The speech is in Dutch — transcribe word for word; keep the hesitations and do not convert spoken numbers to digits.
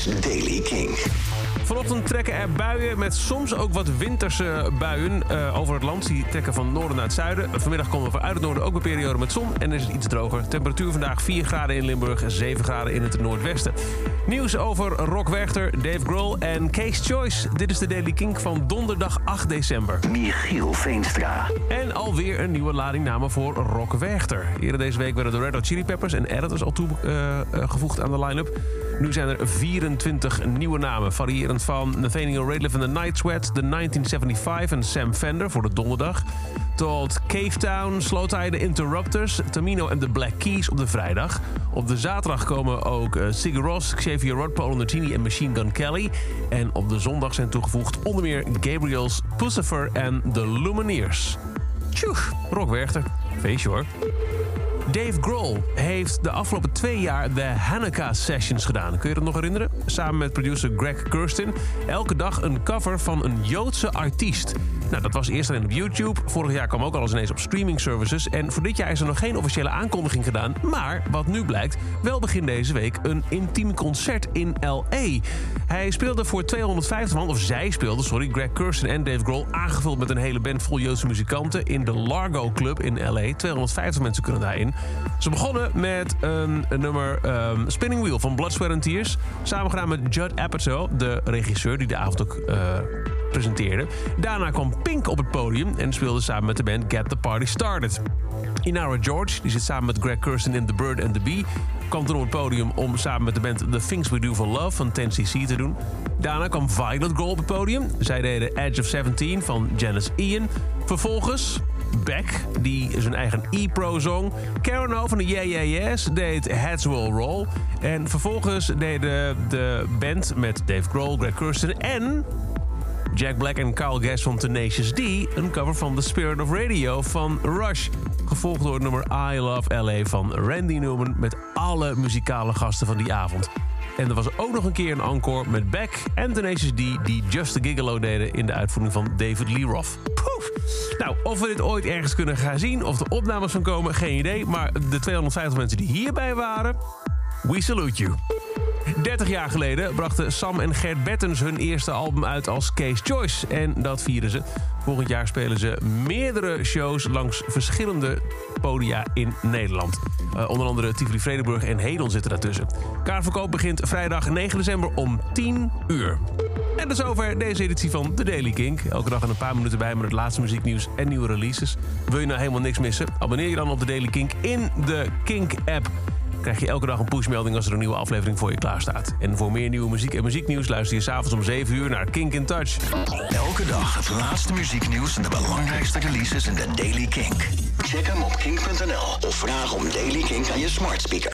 is Daily Kink. Vanochtend trekken er buien met soms ook wat winterse buien uh, over het land. Die trekken van noorden naar het zuiden. Vanmiddag komen we vanuit het noorden ook een periode met zon en is het iets droger. Temperatuur vandaag vier graden in Limburg, zeven graden in het noordwesten. Nieuws over Rock Werchter, Dave Grohl en Case Choice. Dit is de Daily Kink van donderdag acht december. Michiel Veenstra. En alweer een nieuwe lading namen voor Rock Werchter. Eerder deze week werden de Red Hot Chili Peppers en Editors al toegevoegd uh, uh, aan de line-up. Nu zijn er vierentwintig nieuwe namen, variërend van Nathaniel Rateliff en The Night Sweat, The negentien zevenenvijftig en Sam Fender voor de donderdag, tot Cave Town, Slow Tie, The Interrupters, Tamino en The Black Keys op de vrijdag. Op de zaterdag komen ook uh, Sigur Rós, Xavier Rudd, Paolo Nutini en Machine Gun Kelly. En op de zondag zijn toegevoegd onder meer Gabriels, Pucifer en The Lumineers. Tjoeg, Rock Werchter. Feestje hoor. Dave Grohl heeft de afgelopen twee jaar de Hanukkah Sessions gedaan. Kun je dat nog herinneren? Samen met producer Greg Kurstin. Elke dag een cover van een Joodse artiest. Nou, dat was eerst alleen op YouTube. Vorig jaar kwam ook alles ineens op streaming services. En voor dit jaar is er nog geen officiële aankondiging gedaan. Maar, wat nu blijkt, wel begin deze week een intiem concert in L A. Hij speelde voor tweehonderdvijftig man, of zij speelde, sorry, Greg Kurstin en Dave Grohl, aangevuld met een hele band vol Joodse muzikanten in de Largo Club in L A. tweehonderdvijftig mensen kunnen daarin. Ze begonnen met een, een nummer um, Spinning Wheel van Blood, Sweat and Tears. Samen gedaan met Judd Apatow, de regisseur die de avond ook uh, presenteerde. Daarna kwam Pink op het podium en speelde samen met de band Get the Party Started. Inara George, die zit samen met Greg Kurstin in The Bird and the Bee, kwam toen op het podium om samen met de band The Things We Do For Love van ten C C te doen. Daarna kwam Violet Girl op het podium. Zij deden Edge of zeventien van Janis Ian. Vervolgens Beck, die zijn eigen E-Pro zong. Karen O van de Yeah Yeah Yeahs deed Heads Will Roll. En vervolgens deden de band met Dave Grohl, Greg Kurstin en Jack Black en Kyle Gass van Tenacious D een cover van The Spirit of Radio van Rush. Gevolgd door het nummer I Love L A van Randy Newman met alle muzikale gasten van die avond. En er was ook nog een keer een encore met Beck en Tenacious D die Just a Gigolo deden in de uitvoering van David Lee Roth. Poef! Nou, of we dit ooit ergens kunnen gaan zien, of er opnames van komen, geen idee. Maar de tweehonderdvijftig mensen die hierbij waren, we salute you. dertig jaar geleden brachten Sam en Gert Bettens hun eerste album uit als Case Choice. En dat vieren ze. Volgend jaar spelen ze meerdere shows langs verschillende podia in Nederland. Uh, onder andere Tivoli Vredenburg en Hedon zitten daartussen. Kaartverkoop begint vrijdag negen december om tien uur. En tot zover deze editie van The Daily Kink. Elke dag een paar minuten bij met het laatste muzieknieuws en nieuwe releases. Wil je nou helemaal niks missen? Abonneer je dan op The Daily Kink in de Kink-app. Krijg je elke dag een pushmelding als er een nieuwe aflevering voor je klaar staat. En voor meer nieuwe muziek en muzieknieuws luister je 's avonds om zeven uur naar Kink in Touch. Elke dag het laatste muzieknieuws en de belangrijkste releases in de Daily Kink. Check hem op kink punt n l of vraag om Daily Kink aan je smart speaker.